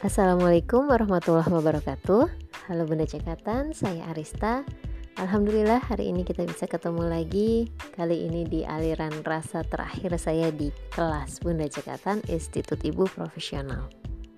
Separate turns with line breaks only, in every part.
Assalamualaikum warahmatullahi wabarakatuh. Halo Bunda Cekatan, saya Arista. Alhamdulillah hari ini kita bisa ketemu lagi. Kali ini di aliran rasa terakhir saya di kelas Bunda Cekatan Institut Ibu Profesional.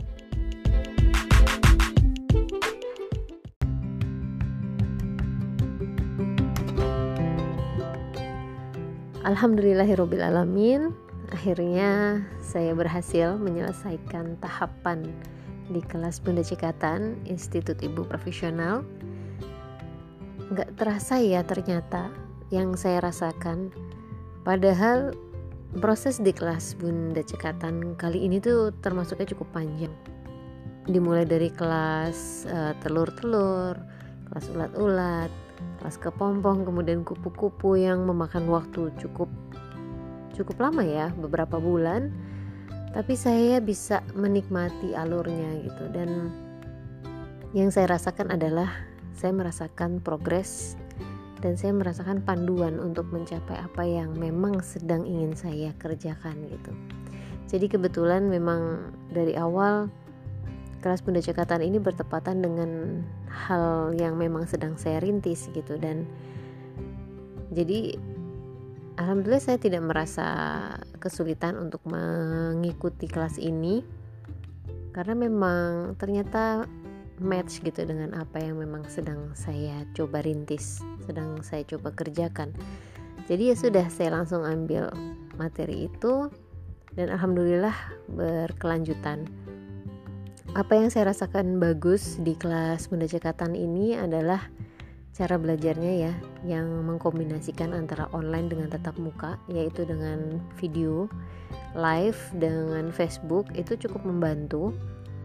Alhamdulillahirabbil alamin. Akhirnya saya berhasil menyelesaikan tahapan di kelas Bunda Cekatan Institut Ibu Profesional. Nggak terasa ya ternyata yang saya rasakan. Padahal proses di kelas Bunda Cekatan kali ini tuh termasuknya cukup panjang. Dimulai dari kelas telur-telur, kelas ulat-ulat, kelas kepompong, kemudian kupu-kupu yang memakan waktu cukup lama ya, beberapa bulan. Tapi saya bisa menikmati alurnya gitu, dan yang saya rasakan adalah saya merasakan progres dan saya merasakan panduan untuk mencapai apa yang memang sedang ingin saya kerjakan gitu. Jadi kebetulan memang dari awal kelas Bunda Cekatan ini bertepatan dengan hal yang memang sedang saya rintis gitu, dan jadi alhamdulillah saya tidak merasa kesulitan untuk mengikuti kelas ini karena memang ternyata match gitu dengan apa yang memang sedang saya coba rintis, sedang saya coba kerjakan. Jadi ya sudah, saya langsung ambil materi itu dan alhamdulillah berkelanjutan. Apa yang saya rasakan bagus di kelas Bunda Cekatan ini adalah cara belajarnya ya, yang mengkombinasikan antara online dengan tatap muka, yaitu dengan video live dengan Facebook. Itu cukup membantu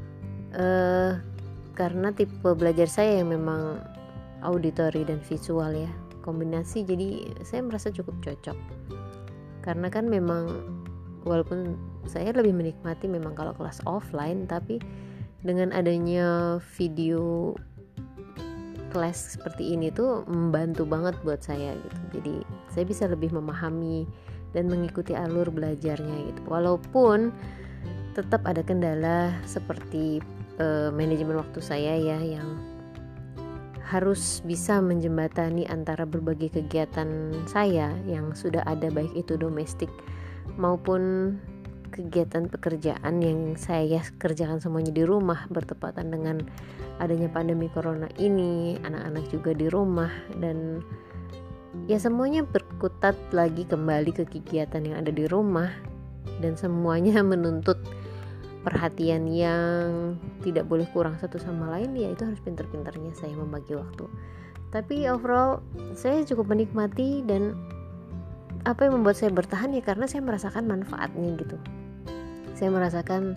karena tipe belajar saya yang memang auditory dan visual ya, kombinasi. Jadi saya merasa cukup cocok karena kan memang walaupun saya lebih menikmati memang kalau kelas offline, tapi dengan adanya video kelas seperti ini tuh membantu banget buat saya gitu. Jadi saya bisa lebih memahami dan mengikuti alur belajarnya gitu. Walaupun tetap ada kendala seperti manajemen waktu saya ya, yang harus bisa menjembatani antara berbagai kegiatan saya yang sudah ada, baik itu domestik maupun kegiatan pekerjaan yang saya kerjakan semuanya di rumah, bertepatan dengan adanya pandemi corona ini, anak-anak juga di rumah, dan ya semuanya berkutat lagi kembali ke kegiatan yang ada di rumah, dan semuanya menuntut perhatian yang tidak boleh kurang satu sama lain. Ya itu harus pintar-pintarnya saya membagi waktu. Tapi overall saya cukup menikmati, dan apa yang membuat saya bertahan ya karena saya merasakan manfaatnya gitu. Saya merasakan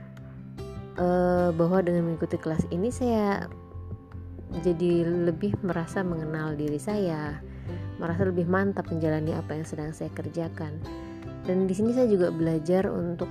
bahwa dengan mengikuti kelas ini saya jadi lebih merasa mengenal diri saya, merasa lebih mantap menjalani apa yang sedang saya kerjakan. Dan di sini saya juga belajar untuk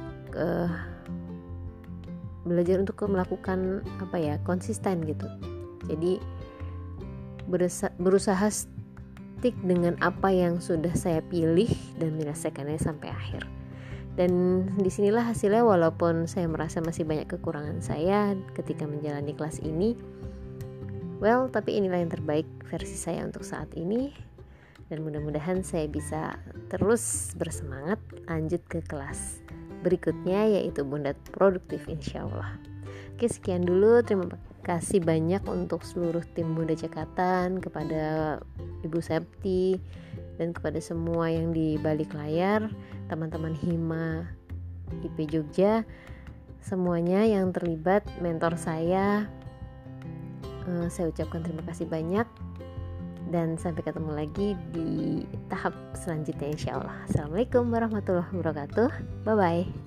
melakukan konsisten gitu. Jadi berusaha stick dengan apa yang sudah saya pilih dan menyelesaikannya sampai akhir. Dan disinilah hasilnya, walaupun saya merasa masih banyak kekurangan saya ketika menjalani kelas ini, tapi inilah yang terbaik versi saya untuk saat ini. Dan mudah-mudahan saya bisa terus bersemangat lanjut ke kelas berikutnya, yaitu Bunda Produktif insyaallah. Oke, sekian dulu. Terima kasih banyak untuk seluruh tim Bunda Cekatan, kepada Ibu Septi, dan kepada semua yang di balik layar, teman-teman Hima IP Jogja, semuanya yang terlibat, mentor saya ucapkan terima kasih banyak, dan sampai ketemu lagi di tahap selanjutnya insyaallah. Assalamualaikum warahmatullahi wabarakatuh. Bye bye.